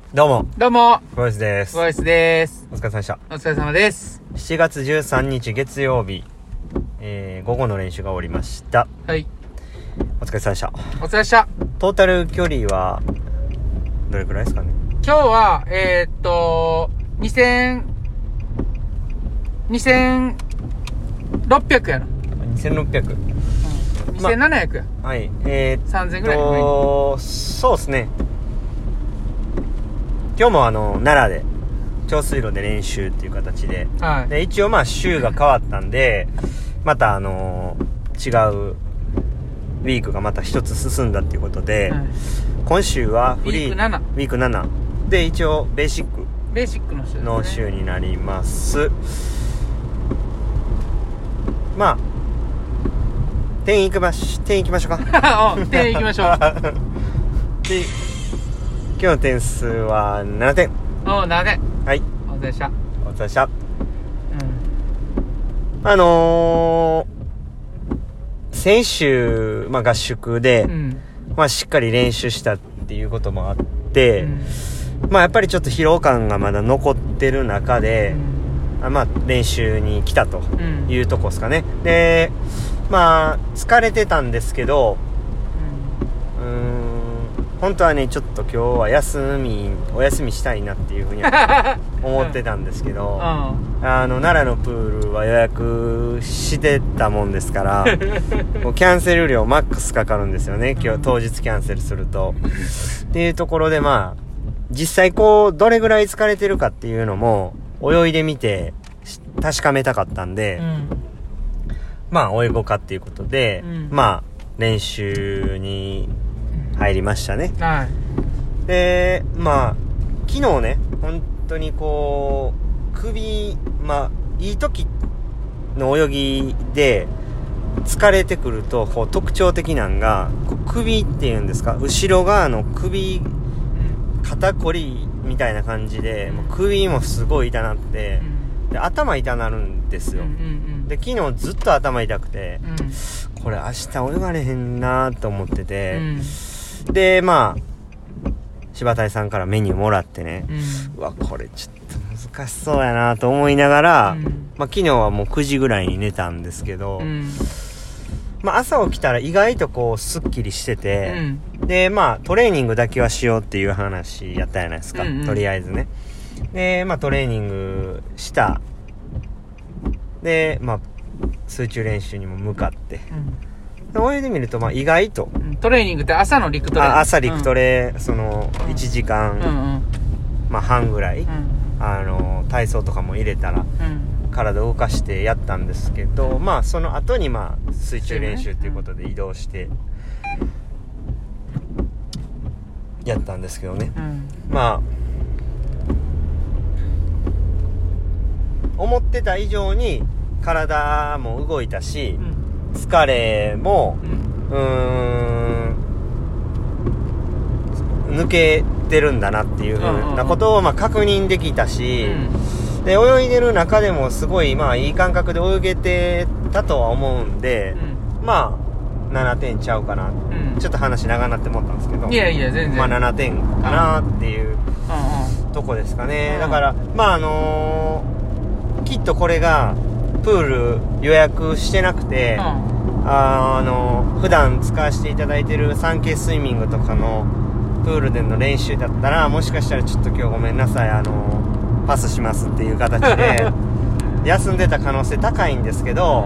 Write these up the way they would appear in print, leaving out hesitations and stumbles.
どうも、 どうも、 ボイスです。 ボイスです。 お疲れ様でした。 お疲れ様です。 7月13日月曜日、午後の練習が終わりました。 はい。 お疲れ様でした。 お疲れでした。 トータル距離は、どれくらいですかね。 今日は、2600やな。 2600。 2700や。 はい。 3000ぐらい。 そうですね。今日も奈良で、長水路で練習っていう形で、 はい。 で、一応週が変わったんで、また違う、ウィークがまた一つ進んだっていうことで、今週はフリー、 ウィーク7。 で、一応ベーシックの週ですね。 の週になります。まあ、点行きましょうか。 点行きましょう。 で、今日の点数は7点。 7点。 はい。 お疲れでした。 お疲れでした。先週、合宿で、しっかり練習したっていうこともあって、やっぱりちょっと疲労感がまだ残ってる中で、練習に来たというとこですかね。で、疲れてたんですけど、本当はね、ちょっと今日はお休みしたいなっていうふうに思ってたんですけど、奈良のプールは予約してたもんですから、もうキャンセル料マックスかかるんですよね、今日当日キャンセルすると。っていうところで実際どれぐらい疲れてるかっていうのも、泳いでみて確かめたかったんで、泳ごうかっていうことで、練習に入りましたね。 はい。 で、昨日ね、本当に首、いい時の泳ぎで疲れてくると、特徴的なんが、首っていうんですか、後ろ側の首、肩こりみたいな感じで、もう首もすごい痛なって、で、頭痛なるんですよ。で、昨日ずっと頭痛くて、これ明日泳がれへんなと思ってて、で、柴谷さんからメニューもらってね、うわ、これちょっと難しそうやなと思いながら、昨日はもう9時ぐらいに寝たんですけど、朝起きたら意外とスッキリしてて、で、トレーニングだけはしようっていう話やったじゃないですか、とりあえずね。で、トレーニングした。で、水中練習にも向かって、泳いでみると意外と、 トレーニングって朝の陸トレ、 朝陸トレ、1時間、半ぐらい、体操とかも入れたら、体を動かしてやったんですけど、その後に水中練習っていうことで移動してやったんですけどね、思ってた以上に体も動いたし、疲れも抜けてるんだなっていう風なことを確認できたし、で泳いでる中でもすごいいい感覚で泳げてたとは思うんで、7点ちゃうかな、ちょっと話長なって思ったんですけど、 いや全然 7点かなっていうとこですかね。だからきっとこれがプール予約してなくて、普段使わせていただいてる 3K スイミングとかのプールでの練習だったら、もしかしたらちょっと今日ごめんなさい、パスしますっていう形で休んでた可能性高いんですけど、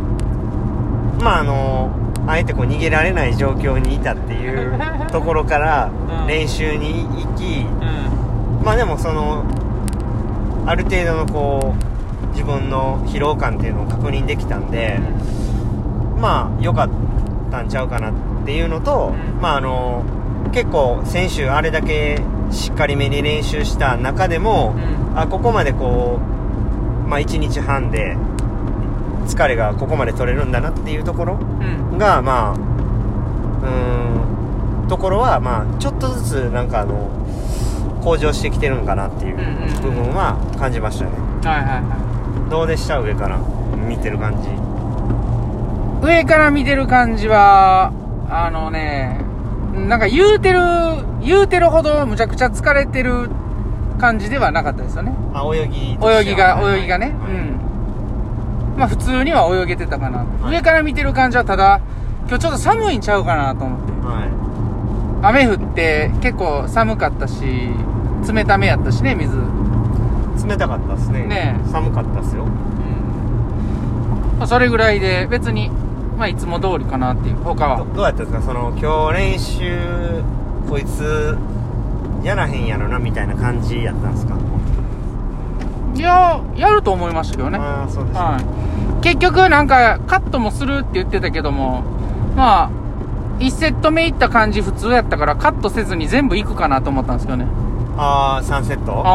あえて逃げられない状況にいたっていうところから練習に行き、でもある程度の自分の疲労感っていうのを確認できたんで、良かったんちゃうかなっていうのと、結構先週あれだけしっかりめに練習した中でも、ここまで1日半で疲れがここまで取れるんだなっていうところが、ところはちょっとずつ向上してきてるんかなっていう部分は感じましたね。どうでした？上から見てる感じ。上から見てる感じはなんか言うてる言うてるほどむちゃくちゃ疲れてる感じではなかったですよね。 泳ぎがね、 はい、 まあ普通には泳げてたかな、はい、上から見てる感じはただ今日ちょっと寒いんちゃうかなと思って、はい、雨降って結構寒かったし冷ためやったしね、水冷たかったですね。寒かったですよ、 まあ、それぐらいで別にまあいつも通りかなっていう。他はどうやったんですか？今日練習こいつやらへんやろなみたいな感じやったんですか？ いややると思いましたけどね。 ああ、そうですね、 はい、結局なんかカットもするって言ってたけども、まあ1セット目いった感じ普通やったからカットせずに全部いくかなと思ったんですけどね。 ああ、3セット？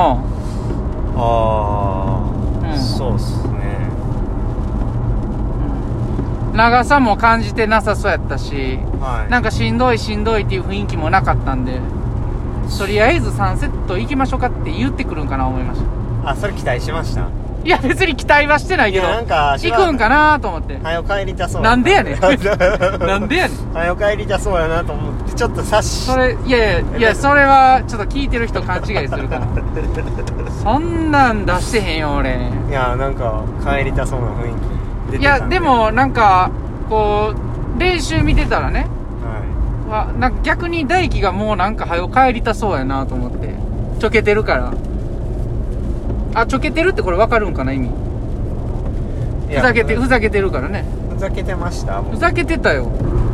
そうっすね、 長さも感じてなさそうやったし、 はい、 なんかしんどいっていう雰囲気もなかったんで、とりあえず3セット行きましょうかって言ってくるんかな思いました。 あ、それ期待しました？ いや別に期待はしてないけど、 なんか行くんかなと思って。 早く帰りたそうなんでやねんなんでやねん早く帰りたそうやなと思ってちょっと察しそれいやそれはちょっと聞いてる人勘違いするからそんなん出してへんよ俺。 いやなんか帰りたそうな雰囲気出てたんで。 いやでもなんかこう練習見てたらね、 はい、 なんか逆に大輝がもうなんか早く帰りたそうやなと思って。ちょけてるから。あ、ちょけてるってこれ分かるんかな意味。ふざけてるからね。 ふざけてました？ ふざけてたよ。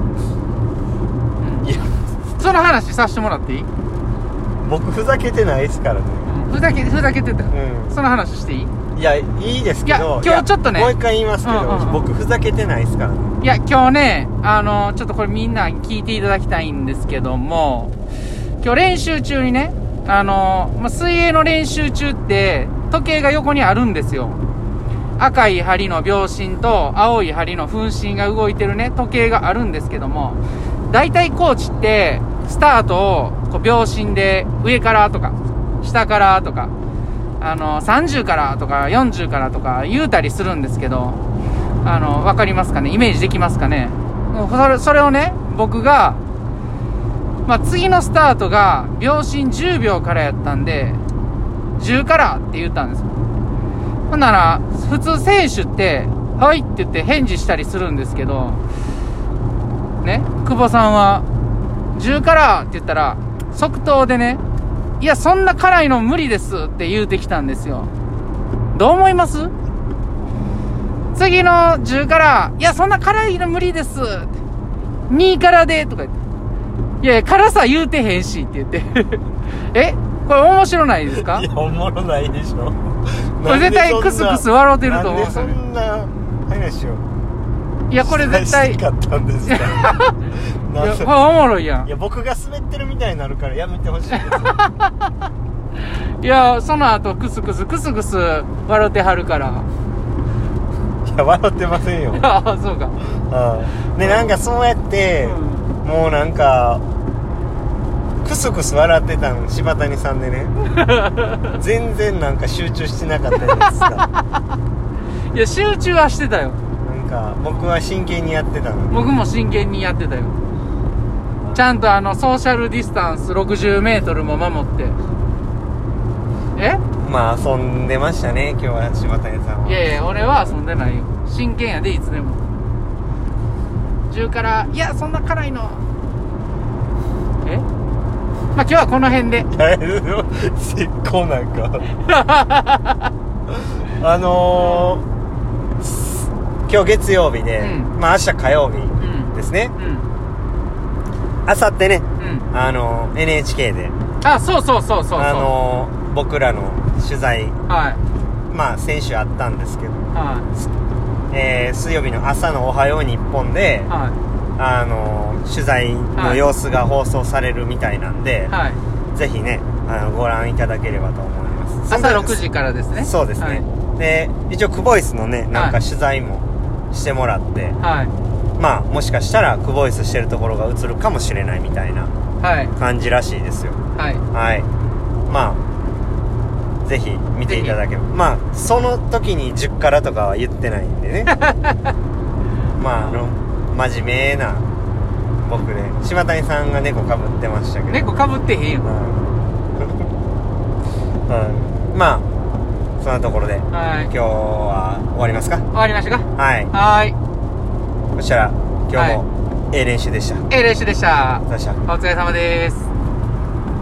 いやその話させてもらっていい？ 僕ふざけてないですからね。 ふざけてたよ、その話していい？ いやいいですけど、 今日ちょっとねもう一回言いますけど、僕ふざけてないですからね。 いや今日ねちょっとこれみんな聞いていただきたいんですけども、今日練習中にね水泳の練習中って時計が横にあるんですよ。赤い針の秒針と青い針の分針が動いてるね時計があるんですけども、だいたいコーチってスタートをこう秒針で上からとか下からとか30からとか40からとか言うたりするんですけど、わかりますかね？イメージできますかね？もうそれをね僕が次のスタートが秒針10秒からやったんで10からって言ったんですよ。ほんなら普通選手ってはいって言って返事したりするんですけどね、久保さんは10からって言ったら即答でね、いやそんな辛いの無理ですって言うてきたんですよ。どう思います？次の10からいやそんな辛いの無理です2からでとか言って、いや辛さ言うてへんしって言ってこれ面白ないですか？ いやおもろないでしょこれ絶対クスクス笑うてると思う。 なんでそんな話をいやこれ絶対かったんですか？ いやこれおもろいやん。 いや僕が滑ってるみたいになるからやめてほしいですいやその後クスクス笑ってはるから。 いや笑ってませんよああそうか。 でなんかそうやって、もうなんかクスクス笑ってたの柴谷さんでね全然なんか集中してなかったじゃないですか。 いや集中はしてたよ。 なんか僕は真剣にやってたの。 僕も真剣にやってたよ。ちゃんとソーシャルディスタンス60メートルも守って。 まあ遊んでましたね今日は柴谷さんは。 いやいや俺は遊んでないよ。真剣やでいつでも。10からいやそんな辛いのまあ今日はこの辺で絶好なんか今日月曜日で、まあ明日火曜日ですね。明後日ね、NHK でそう僕らの取材、まあ先週あったんですけど、水曜日の朝のおはよう日本で、取材の様子が放送されるみたいなんで、ぜひねご覧いただければと思います。 朝6時からですね。 そうですね、で一応クボイスのねなんか取材もしてもらって、まあもしかしたらクボイスしてるところが映るかもしれないみたいな感じらしいですよ。まあぜひ見ていただければ、まあその時に10からとかは言ってないんでねまあ真面目な僕ね、柴谷さんが猫かぶってましたけど。 猫かぶってへんよ。 まあそんなところで、 はい、 今日は終わりますか。 終わりましたか。 はい。 はい。 そしたら今日も、練習でした。 練習でした。 お疲れ様です。